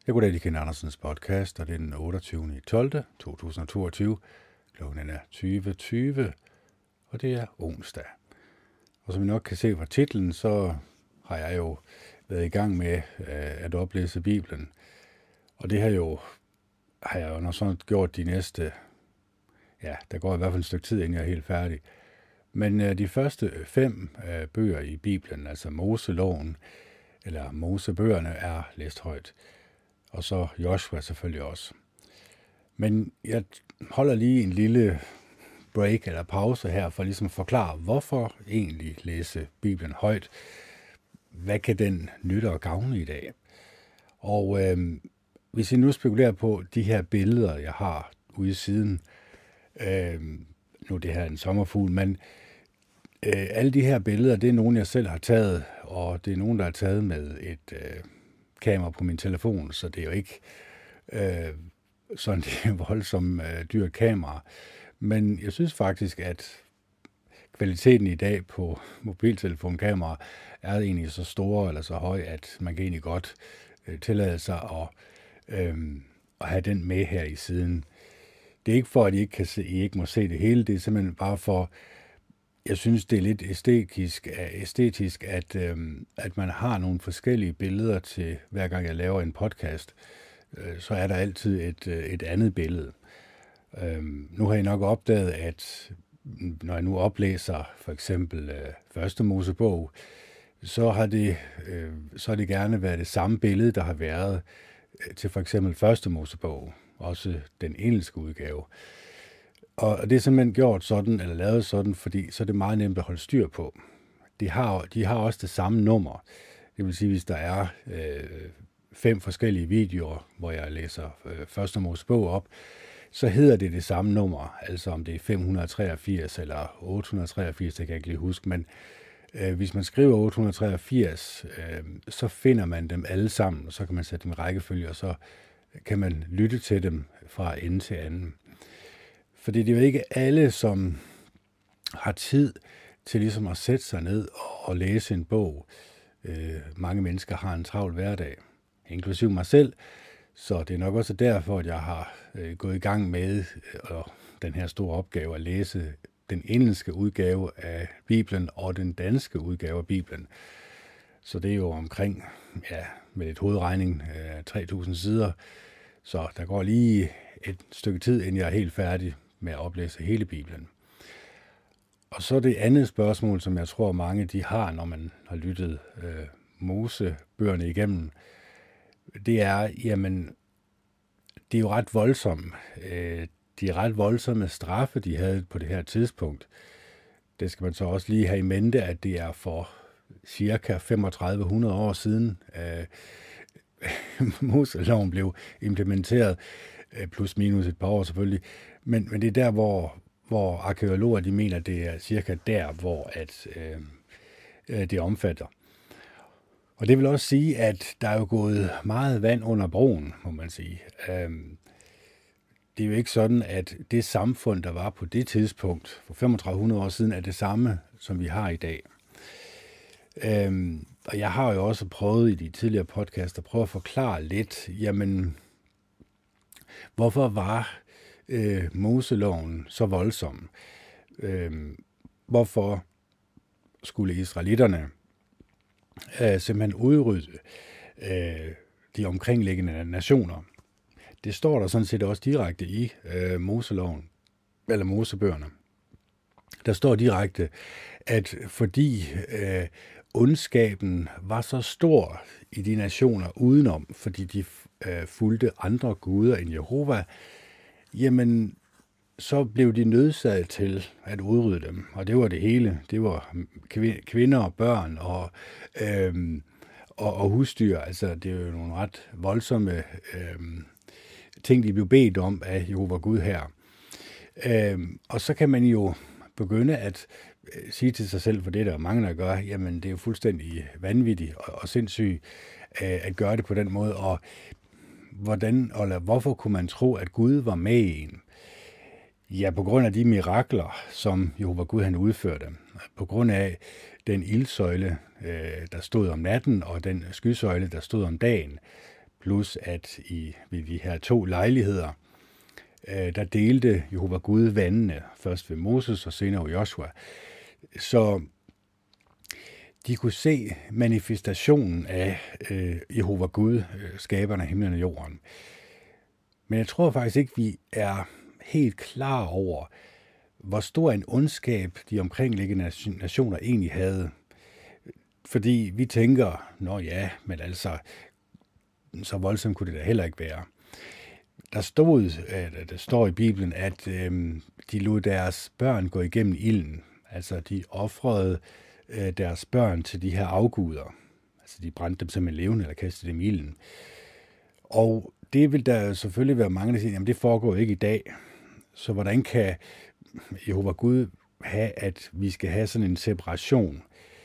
Jeg goddag, det Ken Andersens podcast, og det er den 28.12.2022. Klokken er 20.20, og det er onsdag. Og som I nok kan se fra titlen, så har jeg jo været i gang med at oplæse Bibelen. Og det har jeg jo nok sådan gjort de næste, der går i hvert fald et stykke tid, inden jeg er helt færdig. Men de første 5 bøger i Bibelen, altså Moseloven, eller Mosebøgerne, er læst højt. Og så Joshua selvfølgelig også. Men jeg holder lige en lille break eller pause her, for ligesom at forklare, hvorfor egentlig læse Bibelen højt. Hvad kan den nytte og gavne i dag? Og hvis I nu spekulerer på de her billeder, jeg har ude i siden, nu er det her en sommerfugl, men alle de her billeder, det er nogle, jeg selv har taget, og det er nogle, der er taget med et kamera på min telefon, så det er jo ikke sådan et voldsomt dyrt kamera. Men jeg synes faktisk, at kvaliteten i dag på mobiltelefonkamera er egentlig så stor eller så høj, at man kan egentlig godt tillade sig at have den med her i siden. Det er ikke for, at I ikke må se det hele, det er simpelthen bare for, jeg synes, det er lidt æstetisk at man har nogle forskellige billeder til, hver gang jeg laver en podcast, så er der altid et andet billede. Nu har I nok opdaget, at når jeg nu oplæser for eksempel første Mosebog, så har det gerne været det samme billede, der har været til for eksempel første Mosebog, også den engelske udgave. Og det er simpelthen gjort sådan, eller lavet sådan, fordi så er det meget nemt at holde styr på. De har også det samme nummer. Det vil sige, hvis der er 5 forskellige videoer, hvor jeg læser første Mosebog op, så hedder det samme nummer. Altså om det er 583 eller 883, det kan jeg ikke lige huske. Men hvis man skriver 883, så finder man dem alle sammen, og så kan man sætte dem i rækkefølge, og så kan man lytte til dem fra ende til anden. Fordi det er jo ikke alle, som har tid til ligesom at sætte sig ned og læse en bog. Mange mennesker har en travl hverdag, inklusive mig selv. Så det er nok også derfor, at jeg har gået i gang med den her store opgave at læse den engelske udgave af Bibelen og den danske udgave af Bibelen. Så det er jo omkring, med et hovedregning, 3.000 sider. Så der går lige et stykke tid, inden jeg er helt færdig med at oplæse hele Bibelen. Og så det andet spørgsmål, som jeg tror mange de har, når man har lyttet Mosebøgerne igennem, det er, jamen, det er jo ret voldsomt. De er ret voldsomme straffe, de havde på det her tidspunkt. Det skal man så også lige have i mente, at det er for cirka 3500 år siden, Moseloven blev implementeret, plus minus et par år selvfølgelig. Men det er der, hvor arkæologer de mener, det er cirka der, hvor det omfatter. Og det vil også sige, at der er jo gået meget vand under broen, må man sige. Det er jo ikke sådan, at det samfund, der var på det tidspunkt, for 3500 år siden, er det samme, som vi har i dag. Og jeg har jo også prøvet i de tidligere podcaster, prøve at forklare lidt, jamen, hvorfor var Moseloven så voldsom? Hvorfor skulle israelitterne simpelthen udrydde de omkringliggende nationer? Det står der sådan set også direkte i Moseloven, eller Mosebøgerne. Der står direkte, at fordi ondskaben var så stor i de nationer udenom, fordi de fulgte andre guder end Jehova, jamen så blev de nødsaget til at udrydde dem. Og det var det hele. Det var kvinder og børn og husdyr. Altså det er jo nogle ret voldsomme ting, de blev bedt om af Jehova Gud her. Og så kan man jo begynde at sige til sig selv, for det der mange der gør, jamen det er jo fuldstændig vanvittigt og sindssygt at gøre det på den måde. Og hvorfor kunne man tro, at Gud var med i en? Ja, på grund af de mirakler, som Jehova Gud han udførte. På grund af den ildsøjle, der stod om natten, og den skysøjle, der stod om dagen. plus at ved de her 2 lejligheder, der delte Jehova Gud vandene, først ved Moses og senere ved Joshua. Så de kunne se manifestationen af Jehova Gud, skaberen af himlen og jorden. Men jeg tror faktisk ikke, vi er helt klar over, hvor stor en ondskab de omkringliggende nationer egentlig havde. Fordi vi tænker, nå ja, men altså, så voldsomt kunne det da heller ikke være. Der står i Bibelen, at de lod deres børn gå igennem ilden. Altså, de ofrede deres børn til de her afguder. Altså, de brændte dem simpelthen levende eller kastede dem i ilden. Og det vil der selvfølgelig være mange, der siger, jamen det foregår ikke i dag. Så hvordan kan Jehova Gud have, at vi skal have sådan en separation?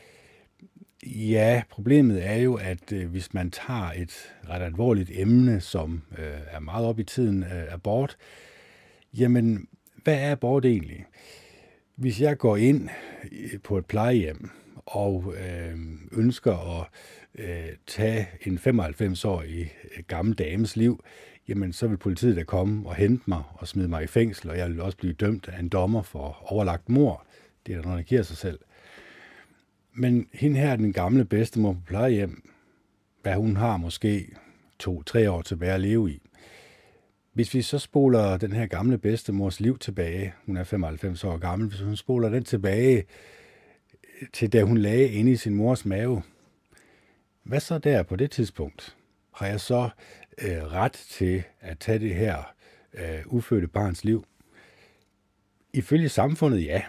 Ja, problemet er jo, at hvis man tager et ret alvorligt emne, som er meget op i tiden, abort, jamen, hvad er abort egentlig? Hvis jeg går ind på et plejehjem og ønsker at tage en 95-årig gammel dames liv, jamen så vil politiet da komme og hente mig og smide mig i fængsel, og jeg vil også blive dømt af en dommer for overlagt mord. Det er der noget, der giver sig selv. Men hende her, den gamle bedstemor på plejehjem, hvad hun har måske 2-3 år tilbage at leve i. Hvis vi så spoler den her gamle bedstemors liv tilbage, hun er 95 år gammel, hvis hun spoler den tilbage til da hun lagde inde i sin mors mave, hvad så der på det tidspunkt? Har jeg så ret til at tage det her ufødte barns liv? Ifølge samfundet, ja.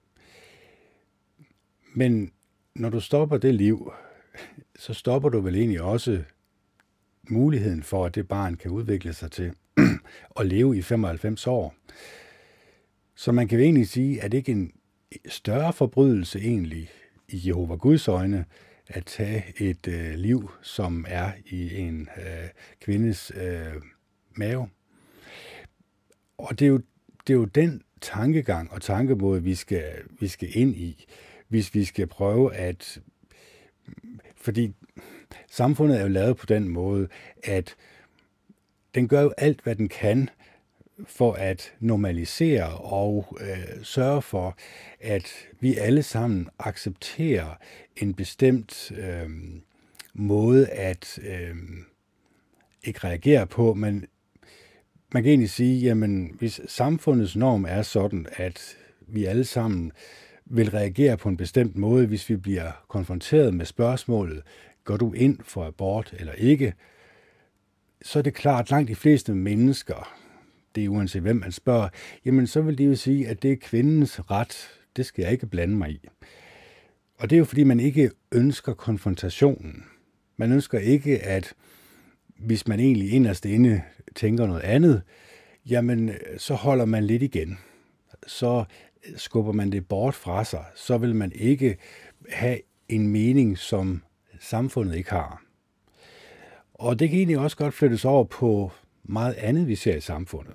Men når du stopper det liv, så stopper du vel egentlig også muligheden for, at det barn kan udvikle sig til at leve i 95 år. Så man kan jo egentlig sige, at det ikke er en større forbrydelse egentlig i Jehova Guds øjne, at tage et liv, som er i en kvindes mave. Og det er jo den tankegang og tankemåde, vi skal ind i, hvis vi skal prøve at... Fordi samfundet er jo lavet på den måde, at den gør jo alt, hvad den kan, for at normalisere og sørge for, at vi alle sammen accepterer en bestemt måde at ikke reagere på, men man kan egentlig sige, jamen hvis samfundets norm er sådan, at vi alle sammen vil reagere på en bestemt måde, hvis vi bliver konfronteret med spørgsmålet, går du ind for abort eller ikke, så er det klart, at langt de fleste mennesker, det er uanset hvem man spørger, jamen så vil de jo sige, at det er kvindens ret, det skal jeg ikke blande mig i. Og det er jo fordi, man ikke ønsker konfrontationen. Man ønsker ikke, at hvis man egentlig inderst inde tænker noget andet, jamen så holder man lidt igen. Så skubber man det bort fra sig, så vil man ikke have en mening, som samfundet ikke har. Og det kan egentlig også godt flyttes over på meget andet, vi ser i samfundet.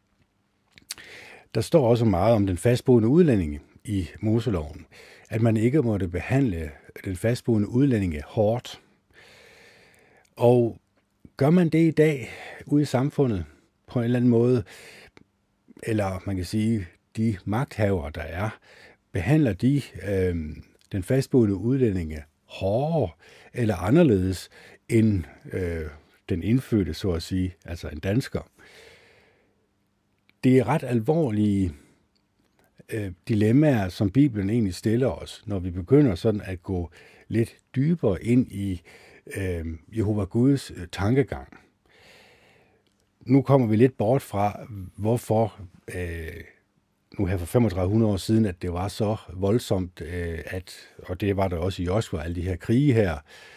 Der står også meget om den fastboende udlændinge i Moseloven, at man ikke måtte behandle den fastboende udlændinge hårdt. Og gør man det i dag ude i samfundet på en eller anden måde, eller man kan sige, de magthavere, der er, behandler de den fastboende udlændinge hårdere eller anderledes end den indfødte, så at sige, altså en dansker. Det er ret alvorlige dilemmaer, som Bibelen egentlig stiller os, når vi begynder sådan at gå lidt dybere ind i Jehova Guds tankegang. Nu kommer vi lidt bort fra, hvorfor nu her for 3500 år siden, at det var så voldsomt, og det var der også i Joshua, alle de her krige her.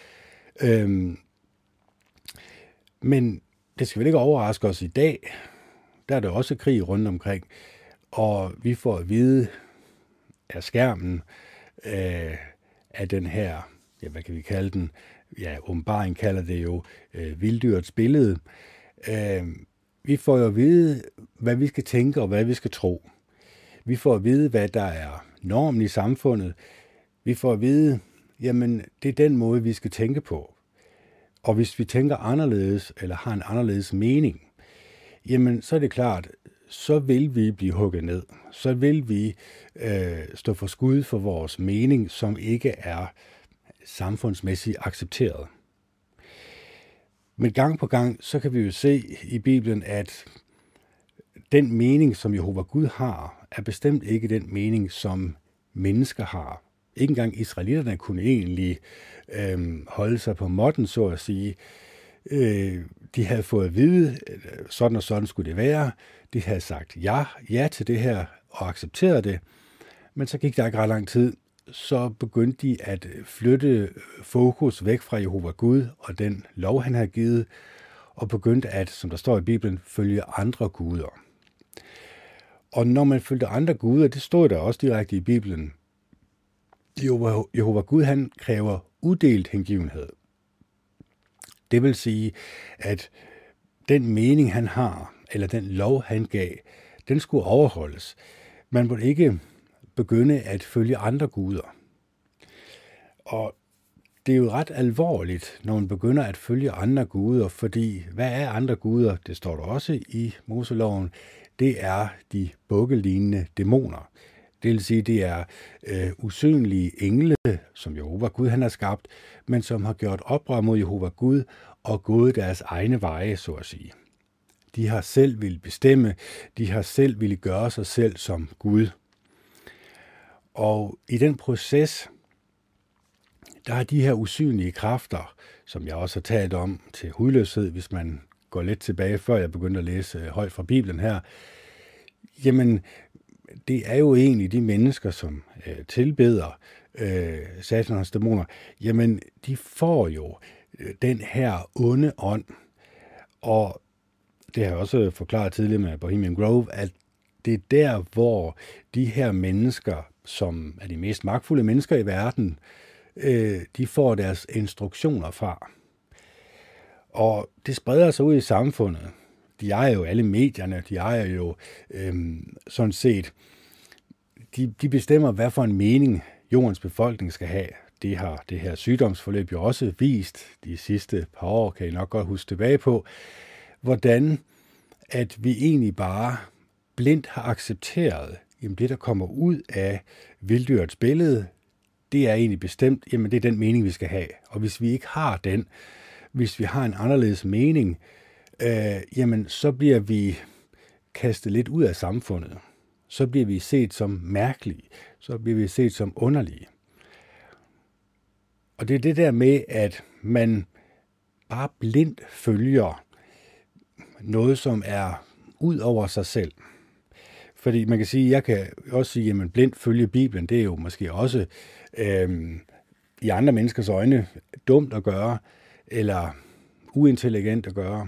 Men det skal vel ikke overraske os i dag. Der er der også krig rundt omkring, og vi får at vide af skærmen af den her, ja, hvad kan vi kalde den? Ja, Åbenbaringen kalder det jo vilddyrets billede. Vi får jo at vide, hvad vi skal tænke og hvad vi skal tro. Vi får at vide, hvad der er normen i samfundet. Vi får at vide, jamen, det er den måde, vi skal tænke på. Og hvis vi tænker anderledes, eller har en anderledes mening, jamen så er det klart, så vil vi blive hugget ned. Så vil vi stå for skud for vores mening, som ikke er samfundsmæssigt accepteret. Men gang på gang, så kan vi jo se i Bibelen, at den mening, som Jehova Gud har, er bestemt ikke den mening, som mennesker har. Ikke engang israelitterne kunne egentlig holde sig på måtten, så at sige. De havde fået at vide, sådan og sådan skulle det være. De havde sagt ja til det her og accepteret det. Men så gik der ikke ret lang tid, så begyndte de at flytte fokus væk fra Jehova Gud og den lov, han havde givet, og begyndte at, som der står i Bibelen, følge andre guder. Og når man følte andre guder, det stod der også direkte i Bibelen, Jehova Gud, han kræver udelt hengivenhed. Det vil sige, at den mening, han har, eller den lov, han gav, den skulle overholdes. Man måtte ikke begynde at følge andre guder. Og det er jo ret alvorligt, når man begynder at følge andre guder, fordi hvad er andre guder? Det står der også i Moseloven. Det er de bukkelignende dæmoner. Det vil sige, det er usynlige engle, som Jehova Gud han har skabt, men som har gjort oprør mod Jehova Gud og gået deres egne veje, så at sige. De har selv ville bestemme, de har selv ville gøre sig selv som Gud. Og i den proces, der er de her usynlige kræfter, som jeg også har talt om til hudløshed, hvis man går lidt tilbage, før jeg begyndte at læse højt fra Bibelen her, jamen, det er jo egentlig de mennesker, som tilbeder Satans dæmoner, jamen, de får jo den her onde ånd, og det har jeg også forklaret tidligere med Bohemian Grove, at det er der, hvor de her mennesker, som er de mest magtfulde mennesker i verden, de får deres instruktioner fra. Og det spreder sig ud i samfundet. De ejer jo alle medierne, de ejer jo sådan set, de bestemmer, hvad for en mening jordens befolkning skal have. Det har det her sygdomsforløb jo også vist de sidste par år, kan I nok godt huske tilbage på, hvordan at vi egentlig bare blindt har accepteret, jamen det, der kommer ud af vilddyrets billede, det er egentlig bestemt, jamen det er den mening, vi skal have. Og hvis vi ikke har den, hvis vi har en anderledes mening, jamen så bliver vi kastet lidt ud af samfundet. Så bliver vi set som mærkelige. Så bliver vi set som underlige. Og det er det der med, at man bare blindt følger noget, som er ud over sig selv. Fordi man kan sige, jeg kan også sige, at man blindt følge Bibelen, det er jo måske også i andre menneskers øjne dumt at gøre, eller uintelligent at gøre.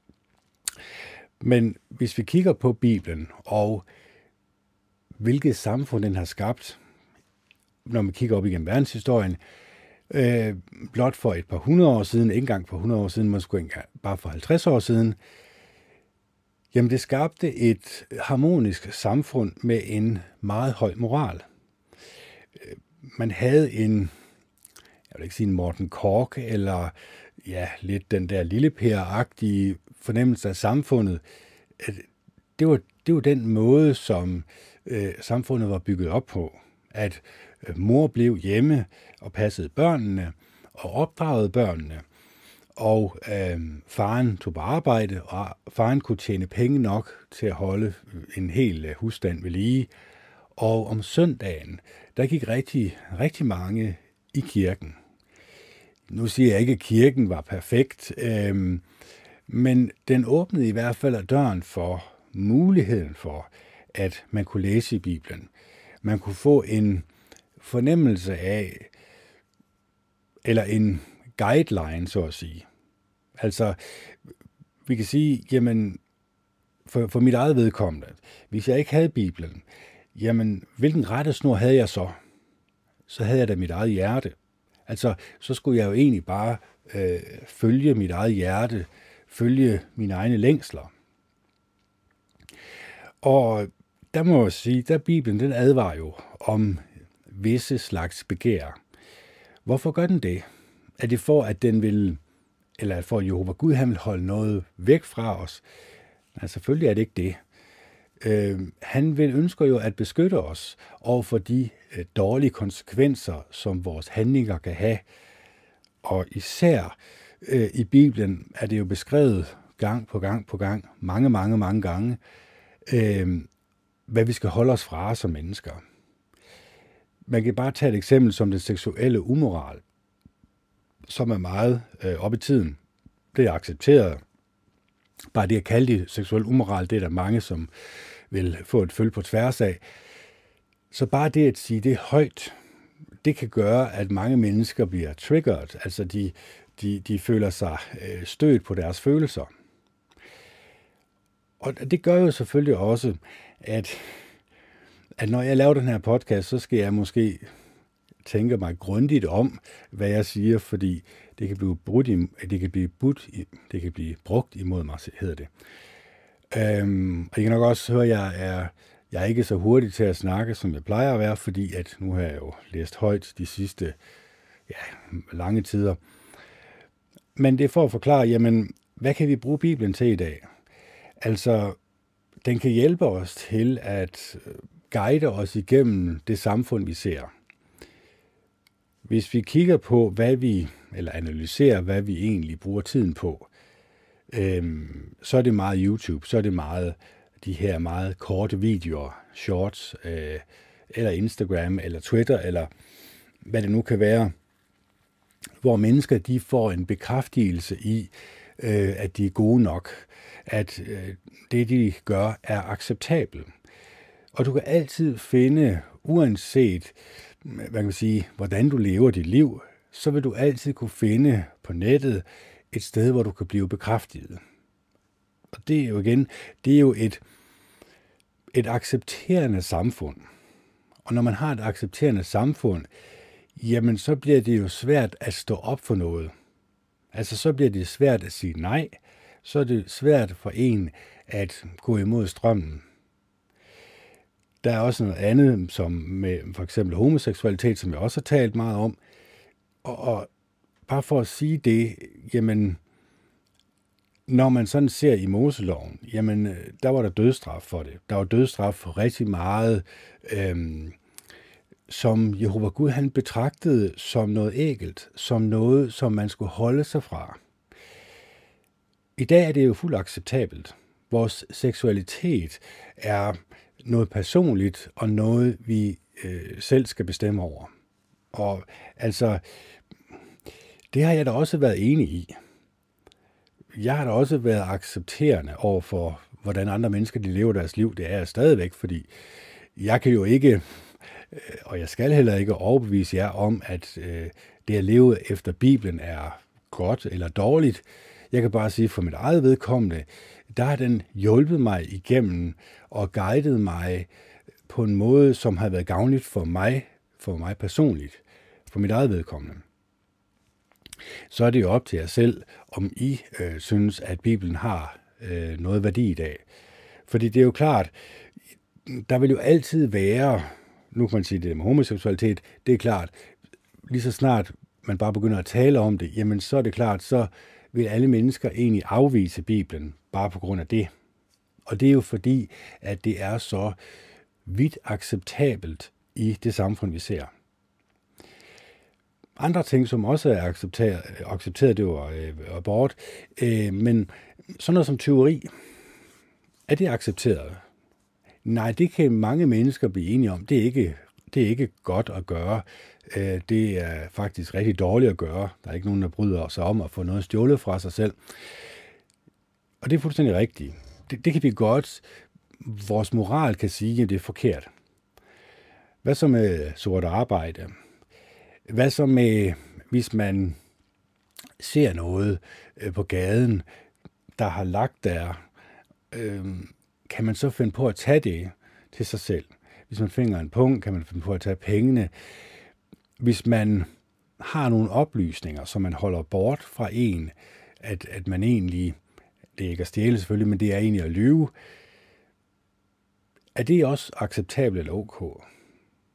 Men hvis vi kigger på Bibelen, og hvilket samfund den har skabt, når man kigger op igennem verdenshistorien, blot for et par 100 år siden, ikke engang for 100 år siden, måske bare for 50 år siden, jamen det skabte et harmonisk samfund med en meget høj moral. Man havde en, jeg vil ikke sige en Morten Korch, eller ja, lidt den der lille Per-agtige fornemmelse af samfundet. Det var den måde, som samfundet var bygget op på. At mor blev hjemme og passede børnene og opdragede børnene. Og faren tog på arbejde, og faren kunne tjene penge nok til at holde en hel husstand ved lige. Og om søndagen, der gik rigtig, rigtig mange i kirken. Nu siger jeg ikke, at kirken var perfekt, men den åbnede i hvert fald døren for muligheden for, at man kunne læse i Bibelen. Man kunne få en fornemmelse af, eller en guideline, så at sige. Altså, vi kan sige, jamen, for mit eget vedkommende, hvis jeg ikke havde Bibelen, jamen, hvilken rettesnor havde jeg så? Så havde jeg da mit eget hjerte. Altså, så skulle jeg jo egentlig bare følge mit eget hjerte, følge mine egne længsler. Og der må jeg sige, der Bibelen, den advarer jo om visse slags begær. Hvorfor gør den det? Er det for, at den vil eller for Jehova Gud, han vil holde noget væk fra os. Nej, selvfølgelig er det ikke det. Han ønsker jo at beskytte os over for de dårlige konsekvenser, som vores handlinger kan have. Og især i Bibelen er det jo beskrevet gang på gang, mange gange, hvad vi skal holde os fra som mennesker. Man kan bare tage et eksempel som den seksuelle umoral, som er meget op i tiden. Det er accepteret. Bare det at kalde det seksuel umoral, det er der mange, som vil få et følge på tværs af. Så bare det at sige det højt, det kan gøre, at mange mennesker bliver triggered, altså de føler sig stødt på deres følelser. Og det gør jo selvfølgelig også, at når jeg laver den her podcast, så skal jeg måske tænke mig grundigt om, hvad jeg siger, fordi det kan blive brugt imod mig, hedder det. Og I kan nok også høre, at jeg er ikke så hurtig til at snakke, som jeg plejer at være, fordi at nu har jeg jo læst højt de sidste lange tider. Men det er for at forklare, jamen, hvad kan vi bruge Bibelen til i dag? Altså, den kan hjælpe os til at guide os igennem det samfund, vi ser. Hvis vi kigger på, eller analyserer, hvad vi egentlig bruger tiden på, så er det meget YouTube, så er det meget de her meget korte videoer, shorts, eller Instagram, eller Twitter, eller hvad det nu kan være, hvor mennesker de får en bekræftelse i, at de er gode nok, at det, de gør, er acceptabelt. Og du kan altid finde, uanset hvordan du lever dit liv, så vil du altid kunne finde på nettet et sted, hvor du kan blive bekræftet. Og det er jo et accepterende samfund. Og når man har et accepterende samfund, jamen så bliver det jo svært at stå op for noget. Altså så bliver det svært at sige nej, så er det svært for en at gå imod strømmen. Der er også noget andet, som med for eksempel homoseksualitet, som jeg også har talt meget om. Og bare for at sige det, jamen, når man sådan ser i Moseloven, jamen, der var der dødsstraf for det. Der var dødsstraf for rigtig meget, som Jehova Gud, han betragtede som noget ægelt, som noget, som man skulle holde sig fra. I dag er det jo fuldt acceptabelt. Vores seksualitet er noget personligt, og noget, vi selv skal bestemme over. Og altså, det har jeg da også været enig i. Jeg har da også været accepterende over for, hvordan andre mennesker de lever deres liv. Det er jeg stadigvæk, fordi jeg kan jo ikke, og jeg skal heller ikke overbevise jer om, at det at leve efter Bibelen er godt eller dårligt. Jeg kan bare sige, for mit eget vedkommende, der har den hjulpet mig igennem og guidet mig på en måde, som har været gavnligt for mig personligt, for mit eget vedkommende. Så er det jo op til jer selv, om I synes, at Bibelen har noget værdi i dag. Fordi det er jo klart, der vil jo altid være, nu kan man sige det med homoseksualitet, det er klart, lige så snart man bare begynder at tale om det, jamen så er det klart, så vil alle mennesker egentlig afvise Bibelen, bare på grund af det. Og det er jo fordi, at det er så vidt acceptabelt i det samfund, vi ser. Andre ting, som også er accepteret, det var abort, men sådan noget som tyveri, er det accepteret? Nej, det kan mange mennesker blive enige om. Det er ikke godt at gøre. Det er faktisk rigtig dårligt at gøre. Der er ikke nogen, der bryder sig om at få noget stjålet fra sig selv. Og det er fuldstændig rigtigt. Det kan vi godt. Vores moral kan sige, at det er forkert. Hvad så med sort arbejde? Hvad så med, hvis man ser noget på gaden, der har lagt der, kan man så finde på at tage det til sig selv? Hvis man finder en punkt, kan man finde på at tage pengene. Hvis man har nogle oplysninger, som man holder bort fra en, at man egentlig, det er ikke at stjæle selvfølgelig, men det er egentlig at lyve, er det også acceptabelt eller ok?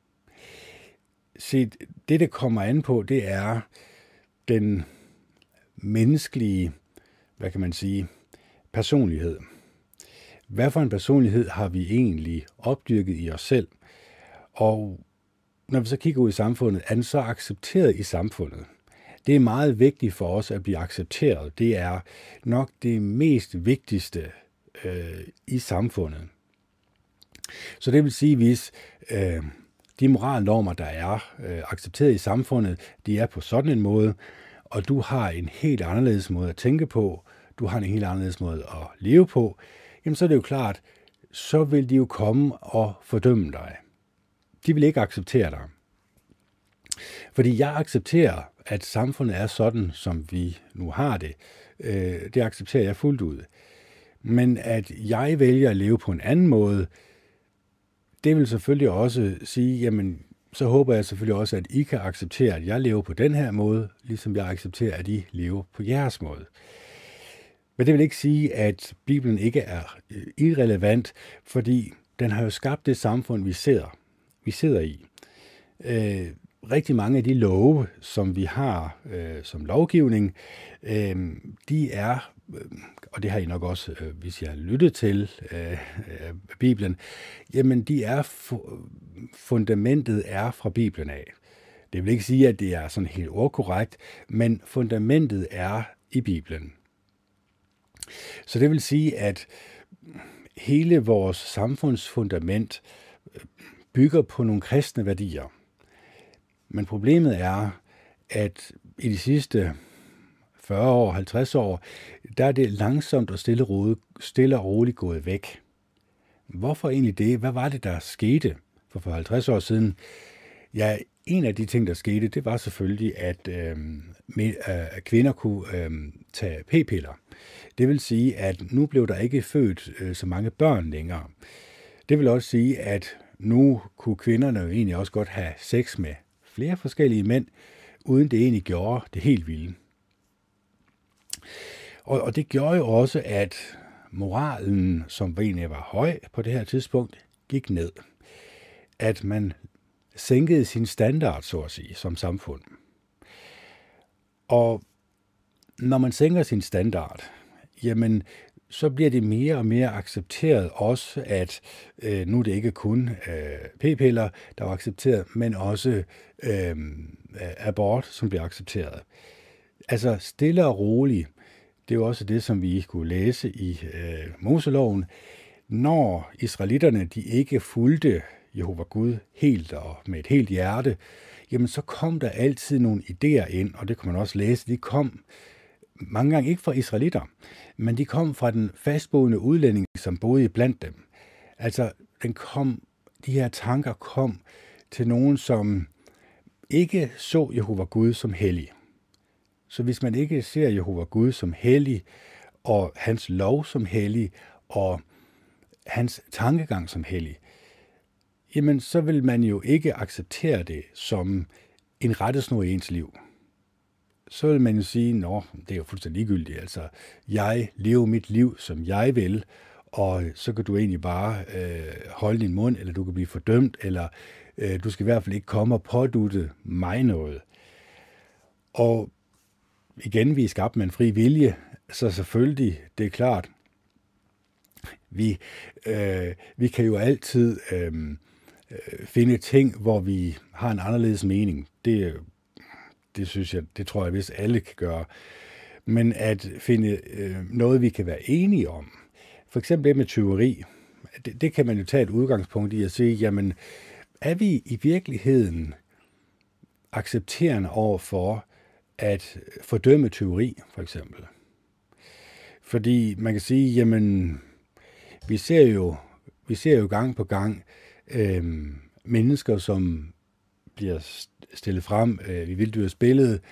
Se, det kommer an på, det er den menneskelige, hvad kan man sige, personlighed. Hvad for en personlighed har vi egentlig opdyrket i os selv? Og når vi så kigger ud i samfundet, er den så accepteret i samfundet? Det er meget vigtigt for os at blive accepteret. Det er nok det mest vigtigste i samfundet. Så det vil sige, hvis de moralnormer, der er accepteret i samfundet, de er på sådan en måde, og du har en helt anderledes måde at tænke på, du har en helt anderledes måde at leve på, jamen så er det jo klart, så vil de jo komme og fordømme dig. De vil ikke acceptere dig. Fordi jeg accepterer, at samfundet er sådan, som vi nu har det. Det accepterer jeg fuldt ud. Men at jeg vælger at leve på en anden måde, det vil selvfølgelig også sige, jamen, så håber jeg selvfølgelig også, at I kan acceptere, at jeg lever på den her måde, ligesom jeg accepterer, at I lever på jeres måde. Men det vil ikke sige, at Bibelen ikke er irrelevant, fordi den har jo skabt det samfund, vi sidder i. Rigtig mange af de love, som vi har som lovgivning, de er, og det har I nok også, hvis jeg har lyttet til Bibelen, jamen de er, fundamentet er fra Bibelen af. Det vil ikke sige, at det er sådan helt ordkorrekt, men fundamentet er i Bibelen. Så det vil sige, at hele vores samfundsfundament bygger på nogle kristne værdier. Men problemet er, at i de sidste 40 år, 50 år, der er det langsomt og stille og roligt gået væk. Hvorfor egentlig det? Hvad var det, der skete for 50 år siden? Ja, en af de ting, der skete, det var selvfølgelig, at kvinder kunne tage p-piller. Det vil sige, at nu blev der ikke født så mange børn længere. Det vil også sige, at nu kunne kvinderne jo egentlig også godt have sex med flere forskellige mænd, uden det egentlig gjorde det helt vilde. Og det gjorde jo også, at moralen, som egentlig var høj på det her tidspunkt, gik ned. At man sænkede sin standard, så at sige, som samfund. Og når man sænker sin standard, jamen, så bliver det mere og mere accepteret også, at nu er det ikke kun p-piller, der er accepteret, men også abort, som bliver accepteret. Altså stille og roligt, det er jo også det, som vi kunne læse i Moseloven. Når israelitterne de ikke fulgte Jehova Gud helt og med et helt hjerte, jamen så kom der altid nogle idéer ind, og det kan man også læse, de kom mange gange ikke fra israelitter, men de kom fra den fastboende udlænding, som boede blandt dem. Altså, de her tanker kom til nogen, som ikke så Jehova Gud som hellig. Så hvis man ikke ser Jehova Gud som hellig, og hans lov som hellig, og hans tankegang som hellig, jamen så vil man jo ikke acceptere det som en rettesnor i ens liv. Så vil man jo sige, nå, det er jo fuldstændig ligegyldigt, altså, jeg lever mit liv, som jeg vil, og så kan du egentlig bare holde din mund, eller du kan blive fordømt, eller du skal i hvert fald ikke komme og pådutte mig noget. Og igen, vi er skabt med en fri vilje, så selvfølgelig, det er klart, vi kan jo altid finde ting, hvor vi har en anderledes mening. Det synes jeg, det tror jeg, hvis alle kan gøre. Men at finde noget, vi kan være enige om. For eksempel det med tyveri. Det kan man jo tage et udgangspunkt i at sige, jamen, er vi i virkeligheden accepterende over for at fordømme tyveri, for eksempel? Fordi man kan sige, jamen, vi ser jo gang på gang mennesker, som bliver stillet frem i Vilddyrs billede,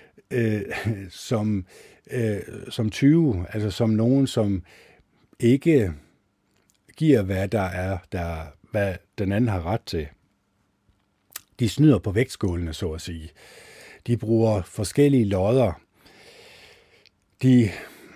som tyve, altså som nogen, som ikke giver, hvad den anden har ret til. De snyder på vægtskålene, så at sige. De bruger forskellige lodder. De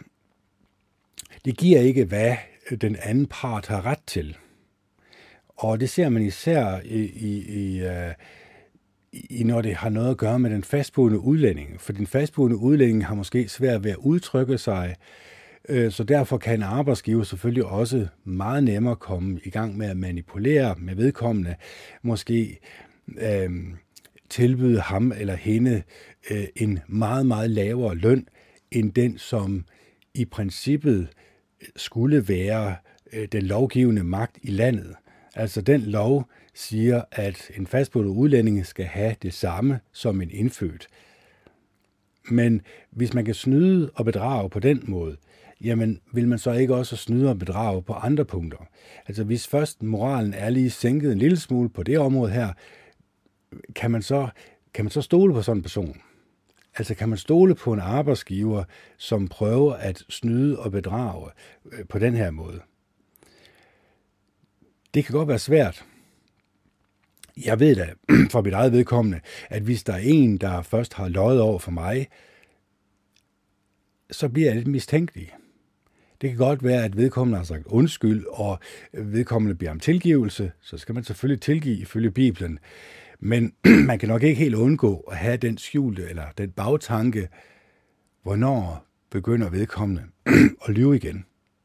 giver ikke, hvad den anden part har ret til. Og det ser man især når det har noget at gøre med den fastboende udlænding. For den fastboende udlænding har måske svært ved at udtrykke sig, så derfor kan en arbejdsgiver selvfølgelig også meget nemmere komme i gang med at manipulere med vedkommende, måske tilbyde ham eller hende en meget, meget lavere løn, end den, som i princippet skulle være den lovgivende magt i landet. Altså den lov siger, at en fastboende udlænding skal have det samme som en indfødt. Men hvis man kan snyde og bedrage på den måde, jamen vil man så ikke også snyde og bedrage på andre punkter? Altså hvis først moralen er lige sænket en lille smule på det område her, kan man så stole på sådan en person? Altså kan man stole på en arbejdsgiver, som prøver at snyde og bedrage på den her måde? Det kan godt være svært. Jeg ved da fra mit eget vedkommende, at hvis der er en, der først har løjet over for mig, så bliver jeg lidt mistænkelig. Det kan godt være, at vedkommende har sagt undskyld, og vedkommende beder om tilgivelse, så skal man selvfølgelig tilgive ifølge Bibelen. Men man kan nok ikke helt undgå at have den skjulte eller den bagtanke, hvornår begynder vedkommende at lyve igen.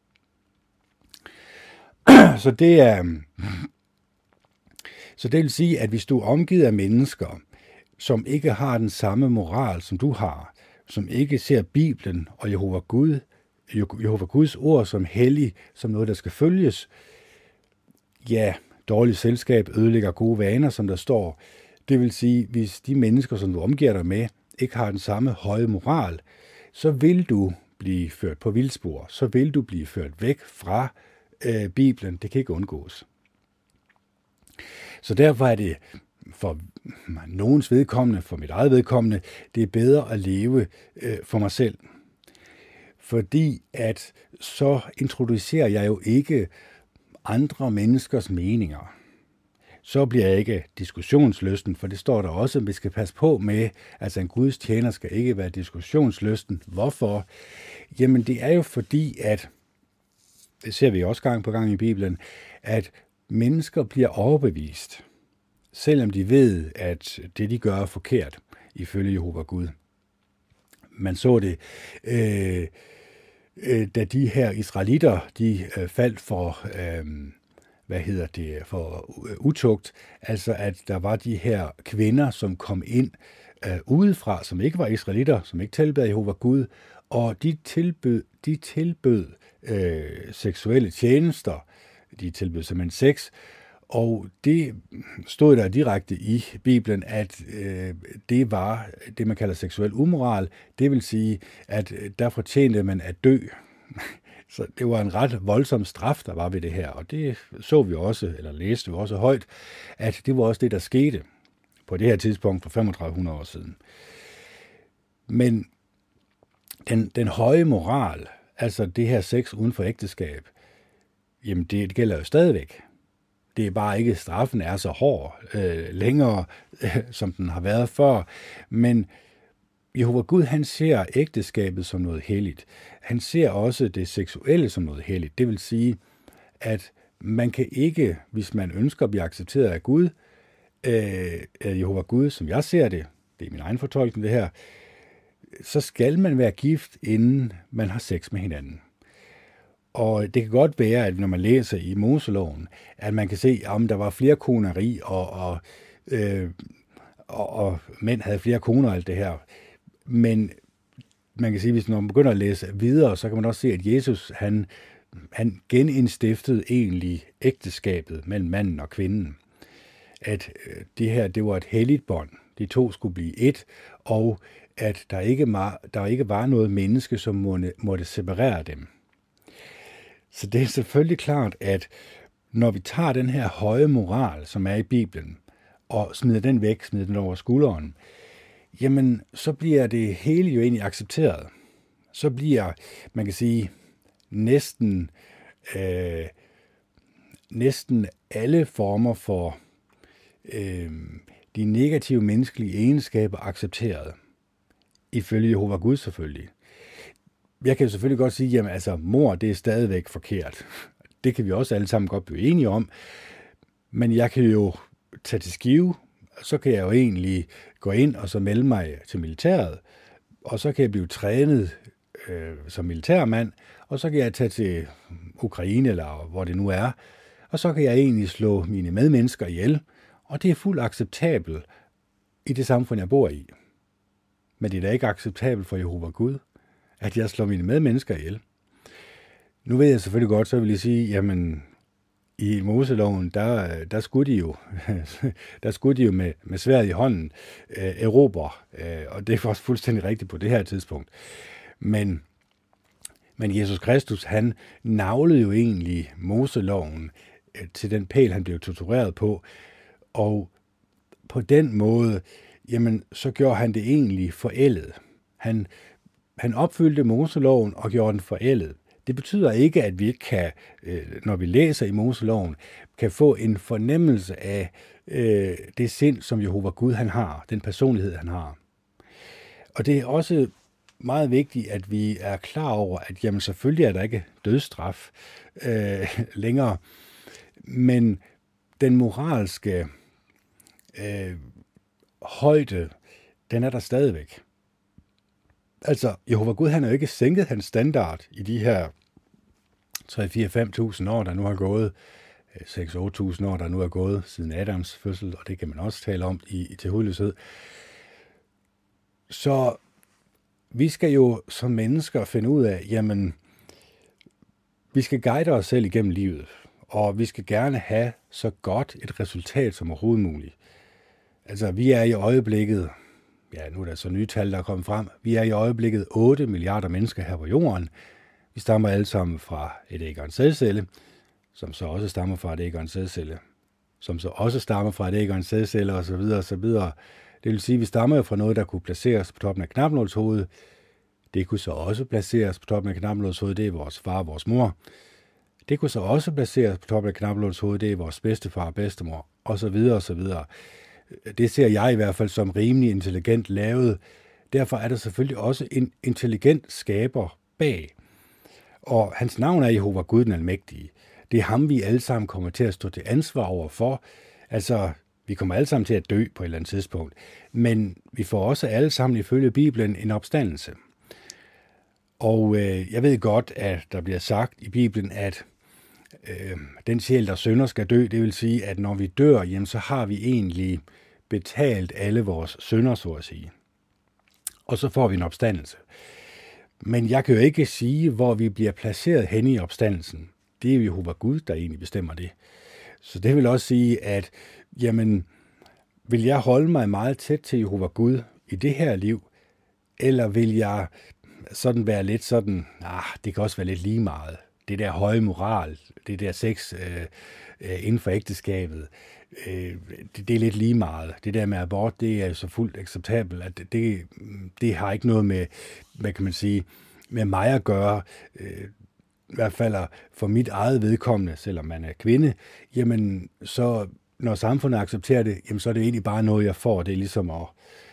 Så det vil sige, at hvis du er omgivet af mennesker, som ikke har den samme moral, som du har, som ikke ser Bibelen og Jehova Guds ord som hellig, som noget, der skal følges, ja, dårligt selskab ødelægger gode vaner, som der står. Det vil sige, hvis de mennesker, som du omgiver dig med, ikke har den samme høje moral, så vil du blive ført på vildspor. Så vil du blive ført væk fra Bibelen. Det kan ikke undgås. Så derfor er det for nogens vedkommende, for mit eget vedkommende, det er bedre at leve for mig selv. Fordi at så introducerer jeg jo ikke andre menneskers meninger. Så bliver jeg ikke diskussionslysten, for det står der også, at vi skal passe på med, altså en Guds tjener skal ikke være diskussionslysten. Hvorfor? Jamen det er jo fordi, at, det ser vi også gang på gang i Bibelen, at mennesker bliver overbevist, selvom de ved, at det de gør er forkert, ifølge Jehova Gud. Man så det, da de her israelitter, de faldt for, for utugt, altså at der var de her kvinder, som kom ind udefra, som ikke var israelitter, som ikke tilbad Jehova Gud, og de tilbød seksuelle tjenester, de tilbød simpelthen sex, og det stod der direkte i Bibelen, at det var det, man kalder seksuel umoral. Det vil sige, at der fortjente man at dø. Så det var en ret voldsom straf, der var ved det her. Og det så vi også, eller læste vi også højt, at det var også det, der skete på det her tidspunkt for 3500 år siden. Men den høje moral, altså det her sex uden for ægteskab, jamen det gælder jo stadigvæk. Det er bare ikke, straffen er så hård længere, som den har været før. Men Jehova Gud, han ser ægteskabet som noget helligt. Han ser også det seksuelle som noget helligt. Det vil sige, at man kan ikke, hvis man ønsker at blive accepteret af Gud, Jehova Gud, som jeg ser det, det er min egen fortolkning det her, så skal man være gift, inden man har sex med hinanden. Og det kan godt være, at når man læser i Moseloven, at man kan se, om der var flere koneri, og mænd havde flere koner og alt det her. Men man kan sige, hvis man begynder at læse videre, så kan man også se, at Jesus, han geninstiftede egentlig ægteskabet mellem manden og kvinden. At det her, det var et helligt bånd. De to skulle blive et, og at der ikke var noget menneske, som måtte separere dem. Så det er selvfølgelig klart, at når vi tager den her høje moral, som er i Bibelen, og smider den væk, smider den over skulderen, jamen så bliver det hele jo egentlig accepteret. Så bliver, man kan sige, næsten alle former for de negative menneskelige egenskaber accepteret. Ifølge Jehova Gud selvfølgelig. Jeg kan jo selvfølgelig godt sige, jamen altså, mord, det er stadigvæk forkert. Det kan vi også alle sammen godt blive enige om. Men jeg kan jo tage til skive, så kan jeg jo egentlig gå ind og så melde mig til militæret, og så kan jeg blive trænet som militærmand, og så kan jeg tage til Ukraine, eller hvor det nu er, og så kan jeg egentlig slå mine medmennesker ihjel, og det er fuldt acceptabelt i det samfund, jeg bor i. Men det er da ikke acceptabelt for Jehova Gud, at jeg slår mine medmennesker ihjel. Nu ved jeg selvfølgelig godt, så vil jeg sige, jamen, i Moseloven, der skulle de jo med sværd i hånden erobre, og det er også fuldstændig rigtigt på det her tidspunkt. Men Jesus Kristus, han navlede jo egentlig Moseloven til den pæl, han blev tortureret på, og på den måde, jamen, så gjorde han det egentlig forældet. Han opfyldte Moseloven og gjorde den forældet. Det betyder ikke, at vi ikke kan, når vi læser i Moseloven, kan få en fornemmelse af det sind, som Jehova Gud han har, den personlighed, han har. Og det er også meget vigtigt, at vi er klar over, at jamen, selvfølgelig er der ikke dødsstraf længere, men den moralske højde, den er der stadigvæk. Altså, Jehova Gud, han har jo ikke sænket hans standard i de her 3-4-5.000 år, der nu har gået, 6-8.000 år, der nu er gået siden Adams fødsel, og det kan man også tale om til hudløshed. Så vi skal jo som mennesker finde ud af, jamen, vi skal guide os selv igennem livet, og vi skal gerne have så godt et resultat som overhovedet muligt. Altså, vi er i øjeblikket, ja, nu er der så nye tal, der er kommet frem, vi er i øjeblikket 8 milliarder mennesker her på jorden. Vi stammer alle sammen fra et æg og en sædcelle, som så også stammer fra et æg og en sædcelle, som så også stammer fra et æg og en sædcelle, osv. osv. Det vil sige, at vi stammer jo fra noget, der kunne placeres på toppen af knapnålshovedet. Det kunne så også placeres på toppen af knapnålshovedet, det er vores far og vores mor. Det kunne så også placeres på toppen af knapnålshovedet, det er vores bedstefar og bedstemor, osv. osv. Det ser jeg i hvert fald som rimelig intelligent lavet. Derfor er der selvfølgelig også en intelligent skaber bag. Og hans navn er Jehova Gud den Almægtige. Det er ham, vi alle sammen kommer til at stå til ansvar overfor. Altså, vi kommer alle sammen til at dø på et eller andet tidspunkt. Men vi får også alle sammen ifølge Bibelen en opstandelse. Og jeg ved godt, at der bliver sagt i Bibelen, at den sjæl, der synder, skal dø. Det vil sige, at når vi dør, jamen, så har vi egentlig betalt alle vores synder, så at sige. Og så får vi en opstandelse. Men jeg kan jo ikke sige, hvor vi bliver placeret hen i opstandelsen. Det er jo Jehova Gud, der egentlig bestemmer det. Så det vil også sige, at jamen, vil jeg holde mig meget tæt til Jehova Gud i det her liv, eller vil jeg sådan være lidt sådan, det kan også være lidt lige meget. Det der høje moral, det der sex inden for ægteskabet, det er lidt lige meget. Det der med abort, det er så fuldt acceptabelt, at det har ikke noget med, hvad kan man sige, med mig at gøre. I hvert fald for mit eget vedkommende, selvom man er kvinde, jamen så når samfundet accepterer det, jamen så er det egentlig bare noget, jeg får. Det er ligesom at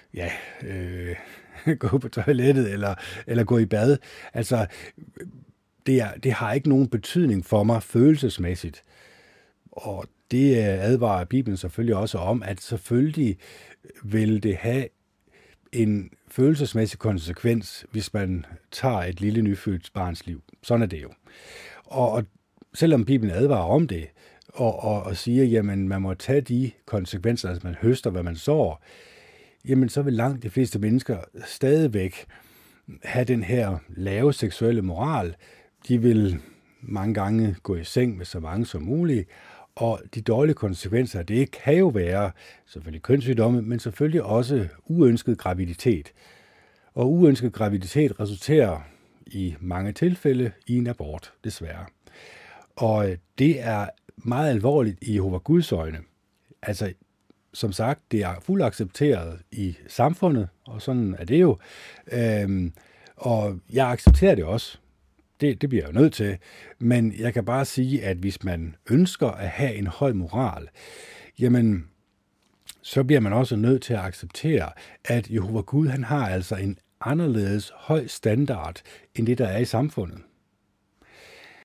gå på toilettet eller gå i bad. Altså, det har ikke nogen betydning for mig følelsesmæssigt. Og det advarer Bibelen selvfølgelig også om, at selvfølgelig vil det have en følelsesmæssig konsekvens, hvis man tager et lille nyfødt barns liv. Sådan er det jo. Og selvom Bibelen advarer om det, og siger, jamen man må tage de konsekvenser, altså man høster, hvad man sår, jamen så vil langt de fleste mennesker stadigvæk have den her lave seksuelle moral. De vil mange gange gå i seng med så mange som muligt, og de dårlige konsekvenser, det kan jo være selvfølgelig kønssygdomme, men selvfølgelig også uønsket graviditet. Og uønsket graviditet resulterer i mange tilfælde i en abort, desværre. Og det er meget alvorligt i Jehova Guds øjne. Altså, som sagt, det er fuldt accepteret i samfundet, og sådan er det jo. Og jeg accepterer det også. Det bliver jeg jo nødt til. Men jeg kan bare sige, at hvis man ønsker at have en høj moral, jamen, så bliver man også nødt til at acceptere, at Jehova Gud, han har altså en anderledes høj standard, end det, der er i samfundet.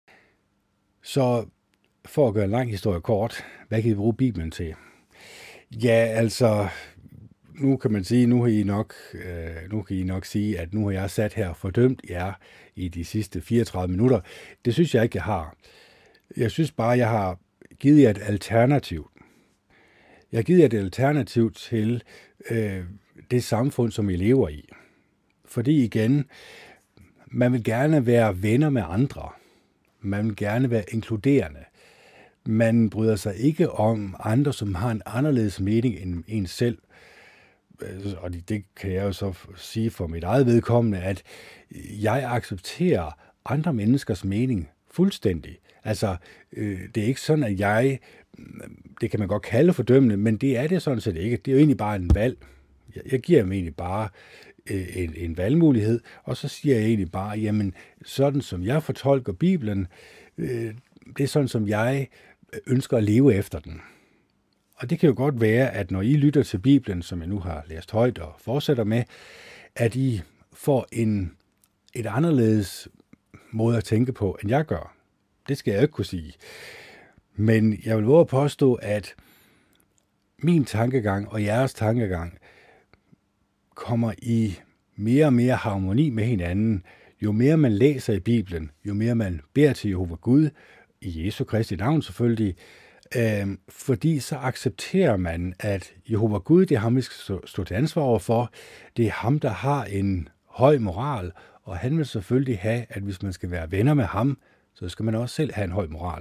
Så for at gøre en lang historie kort, hvad kan vi bruge Bibelen til? Ja, altså, nu kan man sige, nu kan I nok sige, at nu har jeg sat her og fordømt jer i de sidste 34 minutter. Det synes jeg ikke, jeg har. Jeg synes bare, jeg har givet jer et alternativ. Jeg har givet jer et alternativ til det samfund, som I lever i. Fordi igen, man vil gerne være venner med andre. Man vil gerne være inkluderende. Man bryder sig ikke om andre, som har en anderledes mening end en selv. Og det kan jeg jo så sige for mit eget vedkommende, at jeg accepterer andre menneskers mening fuldstændig. Altså, det er ikke sådan, at det kan man godt kalde fordømmende, men det er det sådan set ikke. Det er jo egentlig bare en valg. Jeg giver dem egentlig bare en valgmulighed, og så siger jeg egentlig bare, jamen, sådan som jeg fortolker Bibelen, det er sådan, som jeg ønsker at leve efter den. Og det kan jo godt være, at når I lytter til Bibelen, som jeg nu har læst højt og fortsætter med, at I får et anderledes måde at tænke på, end jeg gør. Det skal jeg ikke kunne sige. Men jeg vil våge at påstå, at min tankegang og jeres tankegang kommer i mere og mere harmoni med hinanden. Jo mere man læser i Bibelen, jo mere man beder til Jehova Gud, i Jesu Kristi navn selvfølgelig, fordi så accepterer man, at Jehova Gud, det er ham, vi skal stå til ansvar overfor. Det er ham, der har en høj moral, og han vil selvfølgelig have, at hvis man skal være venner med ham, så skal man også selv have en høj moral.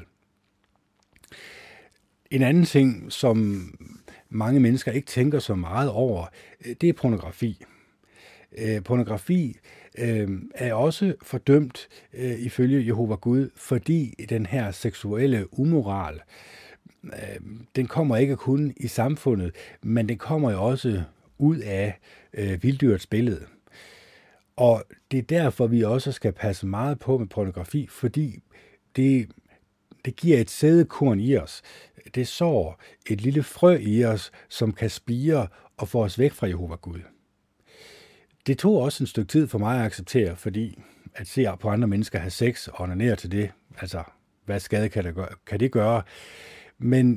En anden ting, som mange mennesker ikke tænker så meget over, det er pornografi. Pornografi er også fordømt ifølge Jehova Gud, fordi den her seksuelle umoral, den kommer ikke kun i samfundet, men den kommer jo også ud af vilddyrets billede. Og det er derfor, vi også skal passe meget på med pornografi, fordi det giver et sædekorn i os. Det sår et lille frø i os, som kan spire og få os væk fra Jehova Gud. Det tog også en stykke tid for mig at acceptere, fordi at se på andre mennesker have sex og onanere til det, altså hvad skade kan det gøre? Men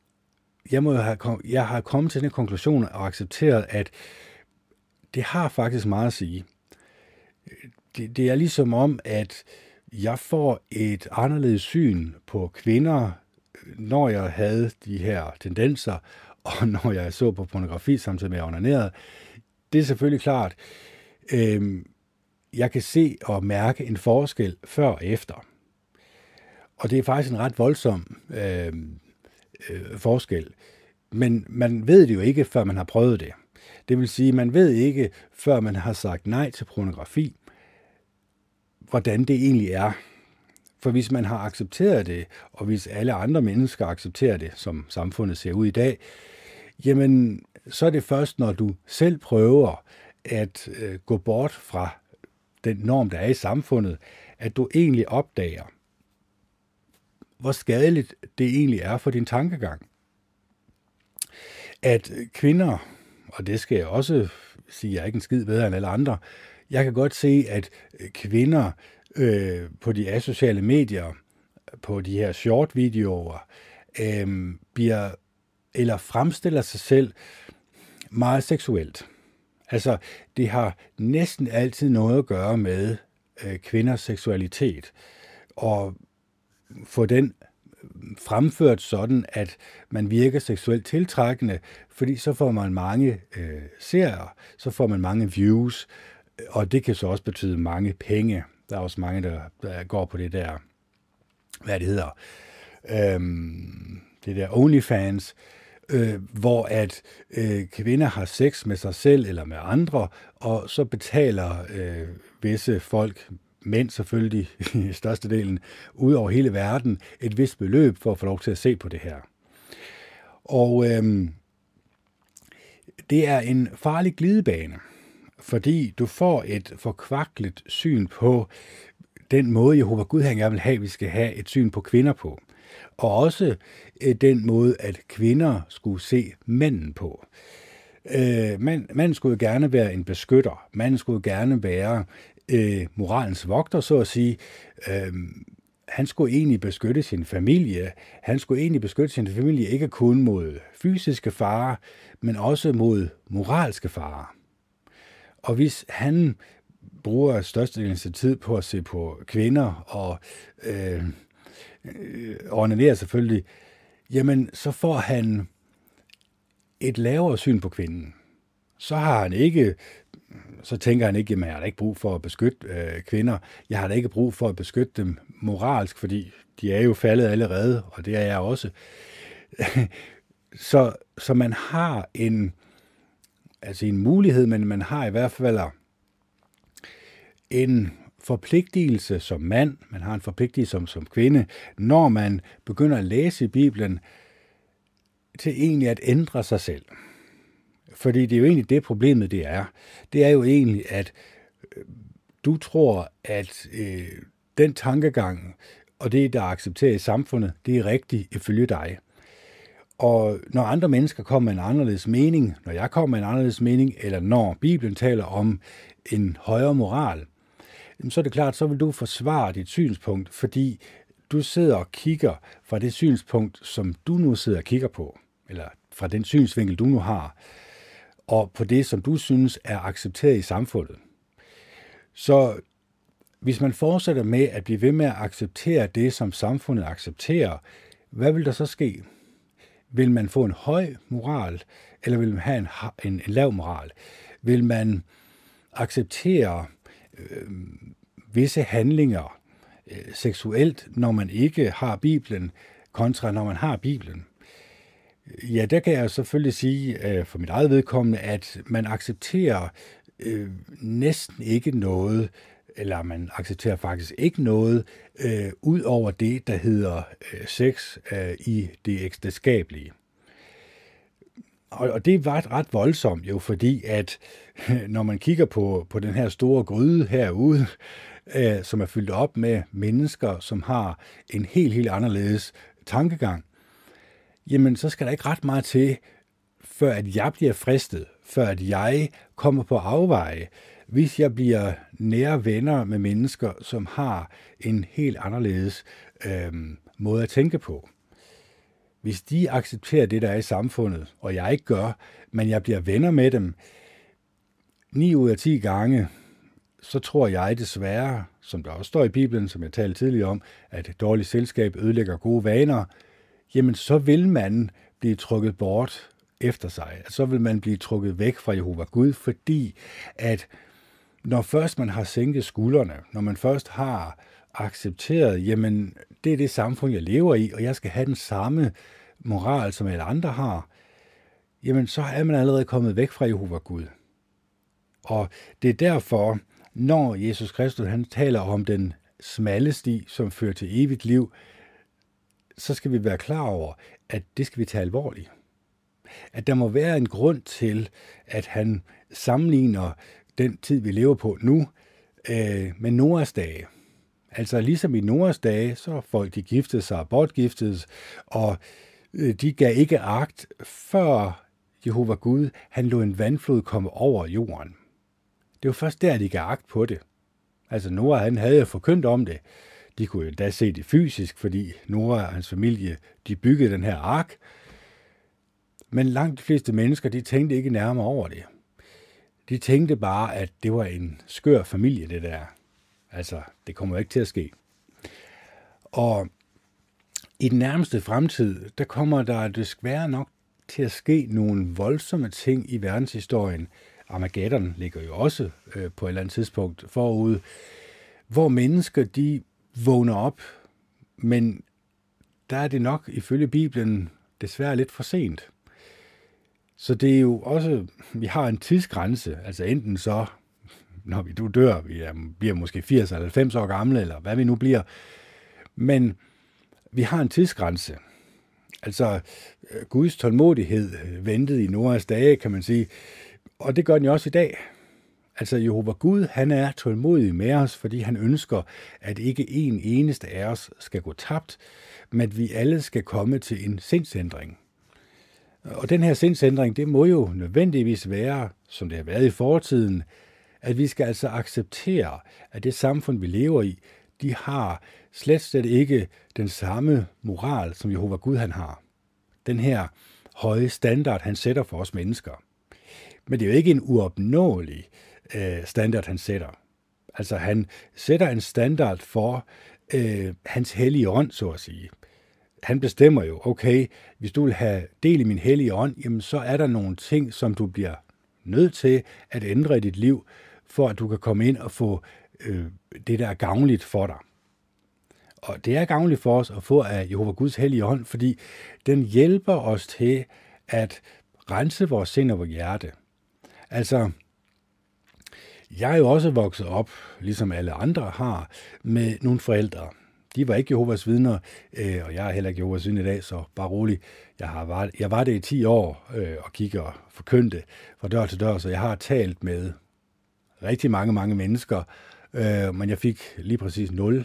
jeg har kommet til den konklusion og accepteret, at det har faktisk meget at sige. Det er ligesom om, at jeg får et anderledes syn på kvinder, når jeg havde de her tendenser, og når jeg så på pornografi samtidig med at onanere. Det er selvfølgelig klart. Jeg kan se og mærke en forskel før og efter. Og det er faktisk en ret voldsom forskel. Men man ved det jo ikke, før man har prøvet det. Det vil sige, man ved ikke, før man har sagt nej til pornografi, hvordan det egentlig er. For hvis man har accepteret det, og hvis alle andre mennesker accepterer det, som samfundet ser ud i dag, jamen, så er det først, når du selv prøver at gå bort fra den norm, der er i samfundet, at du egentlig opdager, hvor skadeligt det egentlig er for din tankegang. At kvinder, og det skal jeg også sige, jeg er ikke en skid bedre end alle andre, jeg kan godt se, at kvinder på de asociale medier, på de her short-videoer, bliver eller fremstiller sig selv meget seksuelt. Altså, det har næsten altid noget at gøre med kvinders seksualitet, og få den fremført sådan, at man virker seksuelt tiltrækkende, fordi så får man mange seere, så får man mange views, og det kan så også betyde mange penge. Der er også mange, der går på det der, hvad det hedder, det der OnlyFans, hvor at kvinder har sex med sig selv eller med andre, og så betaler visse folk, mænd selvfølgelig i størstedelen, ud over hele verden, et vist beløb for at få lov til at se på det her. Og det er en farlig glidebane, fordi du får et forkvaklet syn på den måde, Jehova Gud han gerne vil have, vi skal have et syn på kvinder på. Og også den måde, at kvinder skulle se mænden på. Manden skulle jo gerne være en beskytter. Manden skulle jo gerne være moralens vogter, så at sige. han skulle egentlig beskytte sin familie. Han skulle egentlig beskytte sin familie ikke kun mod fysiske farer, men også mod moralske farer. Og hvis han bruger størstedelen af sin tid på at se på kvinder og ordinere selvfølgelig, jamen så får han et lavere syn på kvinden. Så tænker han ikke, jamen jeg har da ikke brug for at beskytte kvinder. Jeg har da ikke brug for at beskytte dem moralsk, fordi de er jo faldet allerede, og det er jeg også. så man har en mulighed, men man har i hvert fald en forpligtelse som mand, man har en forpligtelse som kvinde, når man begynder at læse i Bibelen, til egentlig at ændre sig selv. Fordi det er jo egentlig det problemet, det er. Det er jo egentlig, at du tror, at den tankegang og det, der er accepteret i samfundet, det er rigtigt ifølge dig. Og når andre mennesker kommer med en anderledes mening, når jeg kommer med en anderledes mening, eller når Bibelen taler om en højere moral, så er det klart, så vil du forsvare dit synspunkt, fordi du sidder og kigger fra det synspunkt, som du nu sidder og kigger på, eller fra den synsvinkel, du nu har, og på det, som du synes er accepteret i samfundet. Så hvis man fortsætter med at blive ved med at acceptere det, som samfundet accepterer, hvad vil der så ske? Vil man få en høj moral, eller vil man have en lav moral? Vil man acceptere visse handlinger seksuelt, når man ikke har Bibelen, kontra når man har Bibelen? Ja, der kan jeg selvfølgelig sige for mit eget vedkommende, at man accepterer næsten ikke noget, eller man accepterer faktisk ikke noget, ud over det, der hedder sex i det ægteskabelige. Og det var ret voldsomt jo, fordi at når man kigger på den her store gryde herude, som er fyldt op med mennesker, som har en helt anderledes tankegang, jamen så skal der ikke ret meget til, før at jeg bliver fristet, før at jeg kommer på afveje, hvis jeg bliver nære venner med mennesker, som har en helt anderledes måde at tænke på. Hvis de accepterer det, der er i samfundet, og jeg ikke gør, men jeg bliver venner med dem 9 ud af 10 gange, så tror jeg desværre, som der også står i Bibelen, som jeg talte tidligere om, at et dårligt selskab ødelægger gode vaner, jamen så vil man blive trukket bort efter sig. Så vil man blive trukket væk fra Jehova Gud, fordi at når først man har sænket skuldrene, når man først har accepteret, jamen det er det samfund, jeg lever i, og jeg skal have den samme moral, som alle andre har, jamen så er man allerede kommet væk fra Jehova Gud. Og det er derfor, når Jesus Kristus han taler om den smalle sti, som fører til evigt liv, så skal vi være klar over, at det skal vi tage alvorligt. At der må være en grund til, at han sammenligner den tid, vi lever på nu, med Noahs dage. Altså ligesom i Noahs dage, så folk de giftede sig og bortgiftedes, og de gav ikke agt, før Jehova Gud, han lod en vandflod komme over jorden. Det var først der, de gav agt på det. Altså Noah, han havde jo forkyndt om det. De kunne jo da se det fysisk, fordi Noah og hans familie, de byggede den her ark. Men langt de fleste mennesker, de tænkte ikke nærmere over det. De tænkte bare, at det var en skør familie, det der. Altså, det kommer ikke til at ske. Og i den nærmeste fremtid, der kommer der desværre nok til at ske nogle voldsomme ting i verdenshistorien. Armageddon ligger jo også på et eller andet tidspunkt forud, hvor mennesker, de vågner op, men der er det nok ifølge Bibelen desværre lidt for sent. Så det er jo også, vi har en tidsgrænse, altså enten så, når vi dør, vi bliver måske 80 eller 90 år gamle, eller hvad vi nu bliver, men vi har en tidsgrænse. Altså Guds tålmodighed ventede i Noahs dage, kan man sige, og det gør den jo også i dag. Altså Jehova Gud, han er tålmodig med os, fordi han ønsker, at ikke en eneste af os skal gå tabt, men at vi alle skal komme til en sindsændring. Og den her sindsændring, det må jo nødvendigvis være, som det har været i fortiden, at vi skal altså acceptere, at det samfund, vi lever i, de har slet ikke den samme moral, som Jehova Gud han har. Den her høje standard, han sætter for os mennesker. Men det er jo ikke en uopnåelig standard, han sætter. Altså, han sætter en standard for hans hellige ånd, så at sige. Han bestemmer jo, okay, hvis du vil have del i min hellige ånd, jamen så er der nogle ting, som du bliver nødt til at ændre i dit liv, for at du kan komme ind og få det, der er gavnligt for dig. Og det er gavnligt for os at få af Jehova Guds hellige ånd, fordi den hjælper os til at rense vores sind og vores hjerte. Altså, jeg er jo også vokset op, ligesom alle andre har, med nogle forældre. De var ikke Jehovas vidner, og jeg er heller ikke Jehovas vidne i dag, så bare rolig. Jeg var det i 10 år og gik og forkyndte fra dør til dør, så jeg har talt med rigtig mange mennesker, men jeg fik lige præcis 0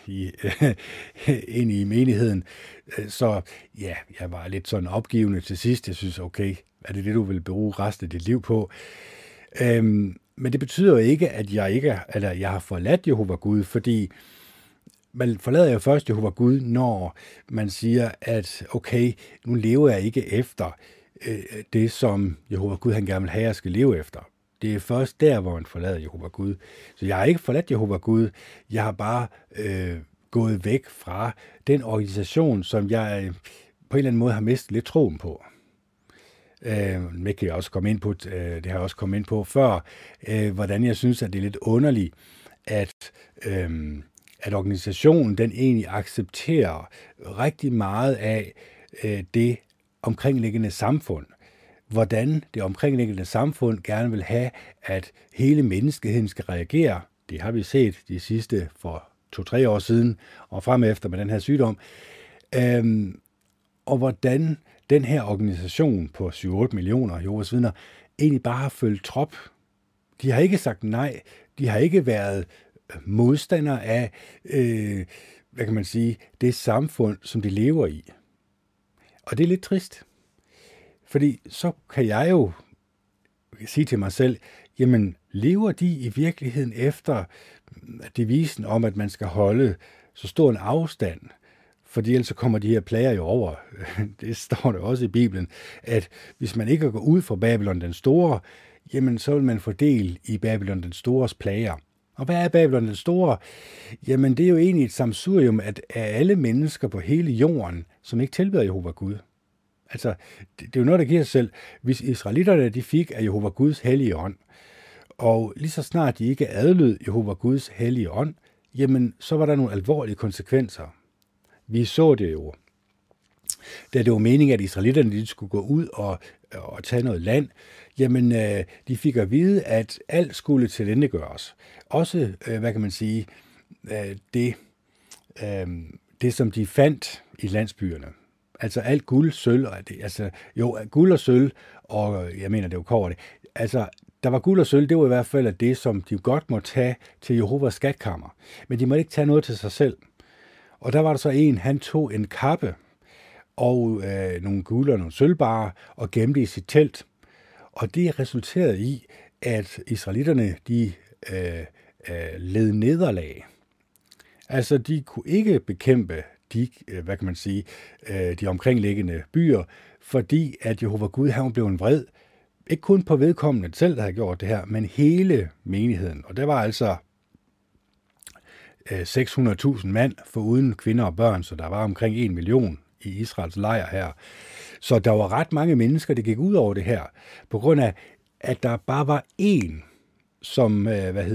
ind i menigheden. Så ja, jeg var lidt sådan opgivende til sidst. Jeg synes, okay, er det du vil bruge resten af dit liv på? Men det betyder jo ikke, at jeg har forladt Jehova Gud, fordi man forlader jo først Jehova Gud, når man siger, at okay, nu lever jeg ikke efter det, som Jehova Gud han gerne vil have, jeg skal leve efter. Det er først der, hvor man forlader Jehova Gud. Så jeg har ikke forladt Jehova Gud, jeg har bare gået væk fra den organisation, som jeg på en eller anden måde har mistet lidt troen på. Det kan jeg også komme ind på, det har jeg også kommet ind på før, hvordan jeg synes, at det er lidt underligt, at organisationen den egentlig accepterer rigtig meget af det omkringliggende samfund. Hvordan det omkringliggende samfund gerne vil have, at hele menneskeheden skal reagere. Det har vi set de sidste for 2-3 år siden, og fremefter med den her sygdom. Og hvordan den her organisation på 7-8 millioner Jehovas vidner egentlig bare har følt trop. De har ikke sagt nej. De har ikke været modstandere af, hvad kan man sige, det samfund, som de lever i. Og det er lidt trist. Fordi så kan jeg jo sige til mig selv, jamen lever de i virkeligheden efter devisen om, at man skal holde så stor en afstand, fordi ellers så kommer de her plager jo over. Det står der også i Bibelen, at hvis man ikke går ud fra Babylon den store, jamen så vil man få del i Babylon den stores plager. Og hvad er Babylon den store? Jamen det er jo egentlig et sammensurium af alle mennesker på hele jorden, som ikke tilbeder Jehova Gud. Altså, det er jo noget, der giver sig selv. Hvis israelitterne de fik af Jehova Guds hellige ånd, og lige så snart de ikke adlød Jehova Guds hellige ånd, jamen så var der nogle alvorlige konsekvenser. Vi så det jo, da det var meningen, at israelitterne de skulle gå ud og tage noget land, jamen de fik at vide, at alt skulle tilintetgøres. Også, hvad kan man sige, det som de fandt i landsbyerne. Altså alt guld, sølv, guld og sølv, og jeg mener, det var kobber det. Altså, der var guld og sølv, det var i hvert fald det, som de godt må tage til Jehovas skatkammer. Men de må ikke tage noget til sig selv. Og der var der så han tog en kappe og nogle guld og nogle sølvbarer og gemte i sit telt. Og det resulterede i, at israelitterne, de led nederlag. Altså, de kunne ikke bekæmpe de omkringliggende byer, fordi at Jehova Gud, han blev en vred. Ikke kun på vedkommende selv, der havde gjort det her, men hele menigheden. Og der var altså 600.000 mand foruden kvinder og børn, så der var omkring 1 million i Israels lejr her. Så der var ret mange mennesker, der gik ud over det her, på grund af, at der bare var én, som,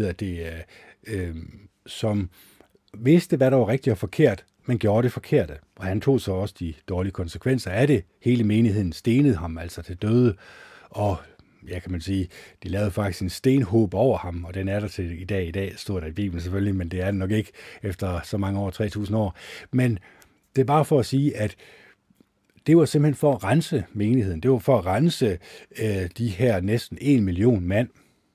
som vidste, hvad der var rigtigt og forkert, men gjorde det forkerte. Og han tog så også de dårlige konsekvenser af det. Hele menigheden stenede ham altså til døde, og kan man sige, de lavede faktisk en stenhåb over ham, og den er der til i dag, står der i Bibelen selvfølgelig, men det er den nok ikke efter så mange år, 3.000 år. Men det er bare for at sige, at det var simpelthen for at rense menigheden. Det var for at rense de her næsten 1 million mand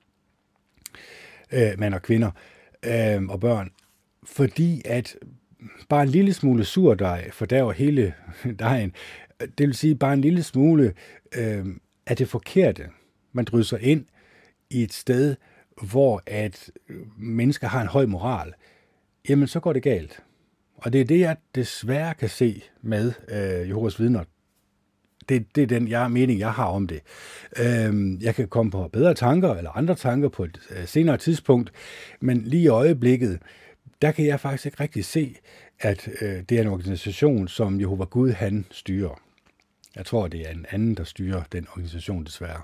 og kvinder og børn, fordi at bare en lille smule surdej fordærver hele dejen. Det vil sige, bare en lille smule af det forkerte. Man drysser ind i et sted, hvor at mennesker har en høj moral. jamen så går det galt. Og det er det, jeg desværre kan se med Jehovas vidner. Det er den mening, jeg har om det. Jeg kan komme på bedre tanker eller andre tanker på et senere tidspunkt, men lige i øjeblikket, der kan jeg faktisk ikke rigtig se, at det er en organisation, som Jehova Gud han styrer. Jeg tror, det er en anden, der styrer den organisation desværre.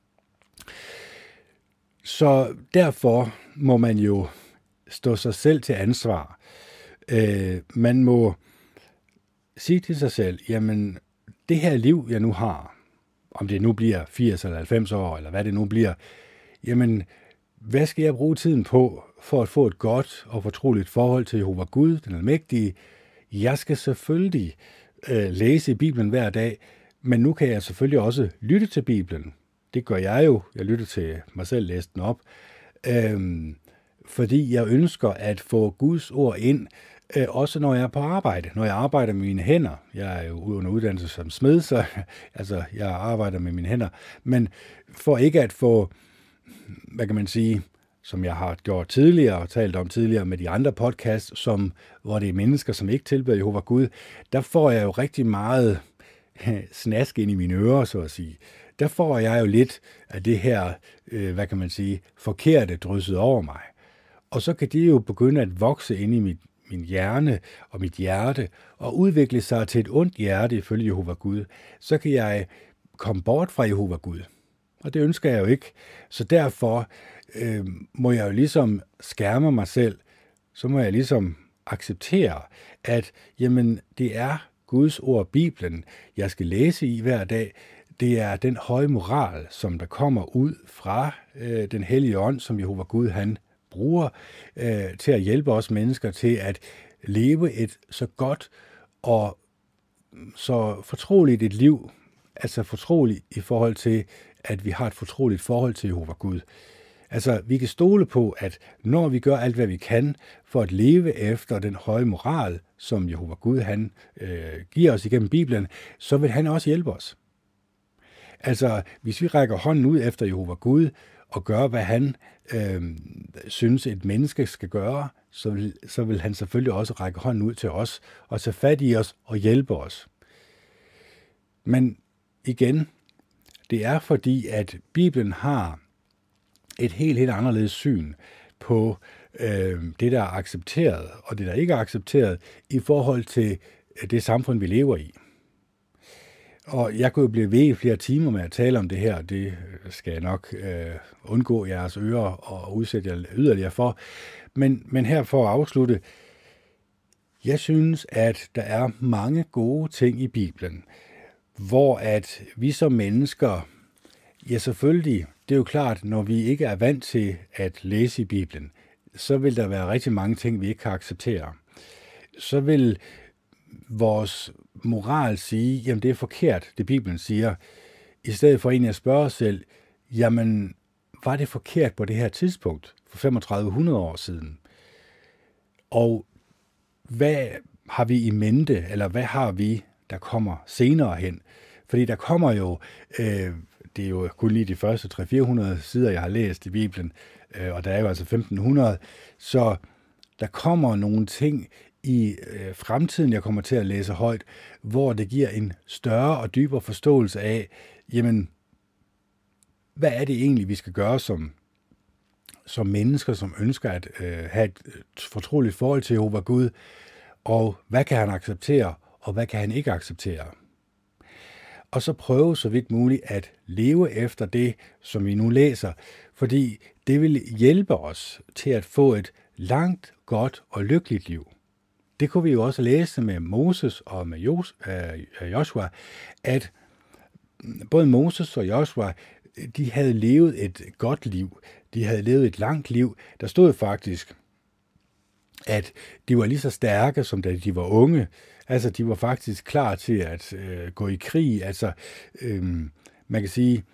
Så derfor må man jo stå sig selv til ansvar. Man må sige til sig selv, jamen det her liv, jeg nu har, om det nu bliver 80 eller 90 år, eller hvad det nu bliver, jamen hvad skal jeg bruge tiden på for at få et godt og fortroligt forhold til Jehova Gud, den almægtige? Jeg skal selvfølgelig læse i Bibelen hver dag, men nu kan jeg selvfølgelig også lytte til Bibelen. Det gør jeg jo. Jeg lytter til mig selv, læse den op. Fordi jeg ønsker at få Guds ord ind, også når jeg er på arbejde. Når jeg arbejder med mine hænder. Jeg er jo under uddannelse som smed, så altså, jeg arbejder med mine hænder. Men for ikke at få, hvad kan man sige, som jeg har gjort tidligere og talt om tidligere med de andre podcasts, hvor det er mennesker, som ikke tilbeder Jehova Gud, der får jeg jo rigtig meget snask ind i mine ører, så at sige. Der får jeg jo lidt af det her, hvad kan man sige, forkerte drysset over mig. Og så kan det jo begynde at vokse ind i min hjerne og mit hjerte, og udvikle sig til et ondt hjerte ifølge Jehova Gud. Så kan jeg komme bort fra Jehova Gud. Og det ønsker jeg jo ikke. Så derfor må jeg jo ligesom skærme mig selv. Så må jeg ligesom acceptere, at jamen, det er Guds ord, Bibelen, jeg skal læse i hver dag. Det er den høje moral, som der kommer ud fra den hellige ånd, som Jehova Gud han bruger til at hjælpe os mennesker til at leve et så godt og så fortroligt et liv, altså fortroligt i forhold til, at vi har et fortroligt forhold til Jehova Gud. Altså, vi kan stole på, at når vi gør alt, hvad vi kan for at leve efter den høje moral, som Jehova Gud han giver os igennem Bibelen, så vil han også hjælpe os. Altså, hvis vi rækker hånden ud efter Jehova Gud og gør, hvad han synes, et menneske skal gøre, så vil han selvfølgelig også række hånden ud til os og tage fat i os og hjælpe os. Men igen, det er fordi, at Bibelen har et helt anderledes syn på det, der er accepteret og det, der ikke er accepteret i forhold til det samfund, vi lever i. Og jeg kunne jo blive ved i flere timer med at tale om det her, det skal jeg nok undgå jeres ører og udsætte jer yderligere for. Men her for at afslutte, jeg synes, at der er mange gode ting i Bibelen, hvor at vi som mennesker, ja selvfølgelig, det er jo klart, når vi ikke er vant til at læse i Bibelen, så vil der være rigtig mange ting, vi ikke kan acceptere. Så vil vores moral sige, jamen det er forkert, det Bibelen siger, i stedet for egentlig at spørge os selv, jamen var det forkert på det her tidspunkt, for 3500 år siden? Og hvad har vi i mente, eller hvad har vi, der kommer senere hen? Fordi der kommer jo, det er jo kun lige de første 300-400 sider, jeg har læst i Bibelen, og der er jo altså 1500, så der kommer nogle ting i fremtiden, jeg kommer til at læse højt, hvor det giver en større og dybere forståelse af, jamen, hvad er det egentlig, vi skal gøre som mennesker, som ønsker at have et fortroligt forhold til Jehova Gud, og hvad kan han acceptere, og hvad kan han ikke acceptere? Og så prøve så vidt muligt at leve efter det, som vi nu læser, fordi det vil hjælpe os til at få et langt, godt og lykkeligt liv. Det kunne vi jo også læse med Moses og med Joshua, at både Moses og Joshua, de havde levet et godt liv. De havde levet et langt liv. Der stod faktisk, at de var lige så stærke, som da de var unge. Altså, de var faktisk klar til at gå i krig. Altså, man kan sige,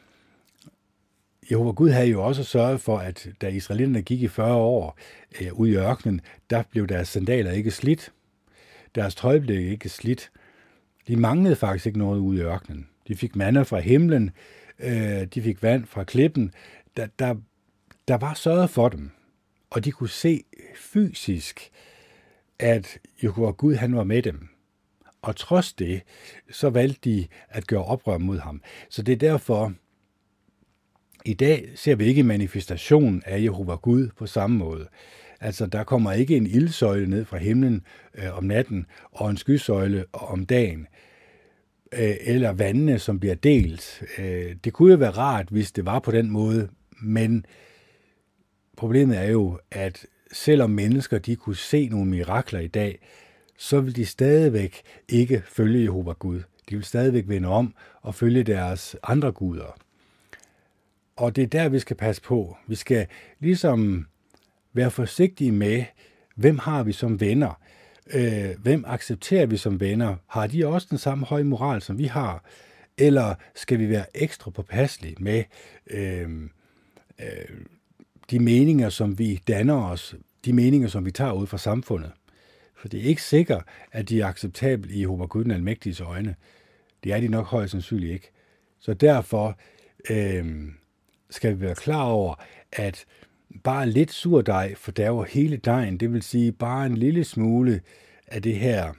Jehova Gud havde jo også sørget for, at da israelitterne gik i 40 år ude i ørkenen, der blev deres sandaler ikke slidt. Deres tøj blev ikke slidt. De manglede faktisk ikke noget ude i ørkenen. De fik manna fra himlen, de fik vand fra klippen. Der var sørget for dem, og de kunne se fysisk, at Jehova Gud, han var med dem. Og trods det, så valgte de at gøre oprør mod ham. Så det er derfor, i dag ser vi ikke en manifestation af Jehova Gud på samme måde. Altså, der kommer ikke en ildsøjle ned fra himlen om natten, og en skysøjle om dagen, eller vandene, som bliver delt. Det kunne jo være rart, hvis det var på den måde, men problemet er jo, at selvom mennesker de kunne se nogle mirakler i dag, så vil de stadigvæk ikke følge Jehova Gud. De vil stadigvæk vende om og følge deres andre guder. Og det er der, vi skal passe på. Vi skal ligesom være forsigtige med, hvem har vi som venner? Hvem accepterer vi som venner? Har de også den samme høje moral, som vi har? Eller skal vi være ekstra påpasselige med de meninger, som vi danner os, de meninger, som vi tager ud fra samfundet? For det er ikke sikkert, at de er acceptable i Jehova Gud den Almægtiges øjne. Det er de nok højst sandsynligt ikke. Så derfor skal vi være klar over, at bare lidt surdej fordærver hele dejen. Det vil sige bare en lille smule af det her,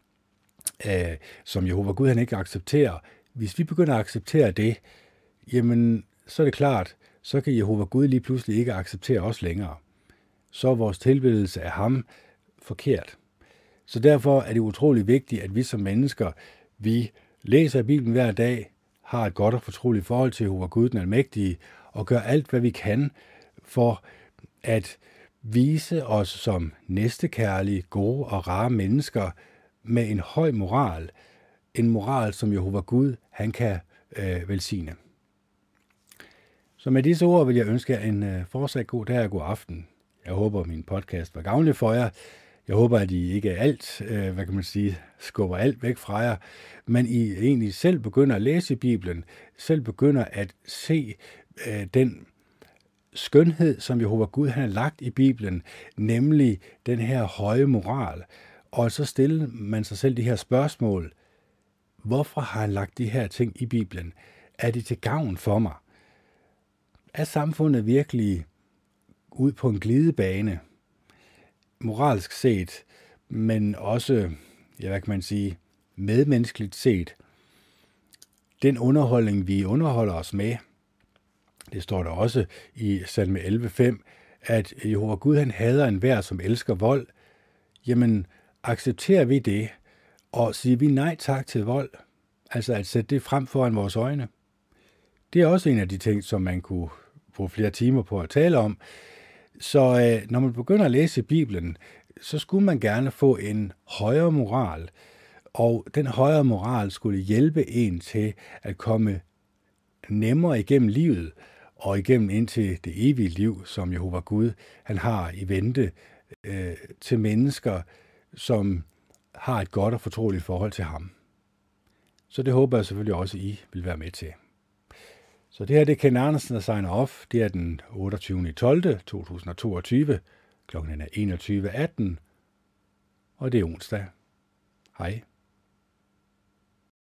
som Jehova Gud han ikke accepterer. Hvis vi begynder at acceptere det, jamen så er det klart, så kan Jehova Gud lige pludselig ikke acceptere os længere. Så er vores tilbedelse af ham forkert. Så derfor er det utrolig vigtigt, at vi som mennesker, vi læser Bibelen hver dag, har et godt og fortroligt forhold til Jehova Gud den Almægtige, og gør alt, hvad vi kan for at vise os som næstekærlige, gode og rare mennesker med en høj moral. En moral, som Jehova Gud han kan velsigne. Så med disse ord vil jeg ønske jer en fortsat god dag og god aften. Jeg håber, min podcast var gavnlig for jer. Jeg håber, at I ikke alt, skubber alt væk fra jer, men I egentlig selv begynder at læse Bibelen, selv begynder at se den skønhed, som Jehova Gud han har lagt i Bibelen, nemlig den her høje moral. Og så stiller man sig selv de her spørgsmål. Hvorfor har han lagt de her ting i Bibelen? Er det til gavn for mig? Er samfundet virkelig ud på en glidebane, moralsk set, men også, medmenneskeligt set? Den underholdning, vi underholder os med, det står der også i salme 11:5, at Jehova Gud han hader enhver, som elsker vold. Jamen, accepterer vi det, og siger vi nej tak til vold? Altså at sætte det frem foran vores øjne. Det er også en af de ting, som man kunne bruge flere timer på at tale om. Så når man begynder at læse Bibelen, så skulle man gerne få en højere moral. Og den højere moral skulle hjælpe en til at komme nemmere igennem livet, og igennem ind til det evige liv, som Jehova Gud han har i vente til mennesker, som har et godt og fortroligt forhold til ham. Så det håber jeg selvfølgelig også, I vil være med til. Så det her, det er Ken Andersen, der signer off. Det er den 28.12.2022. Klokken er 21.18. Og det er onsdag. Hej.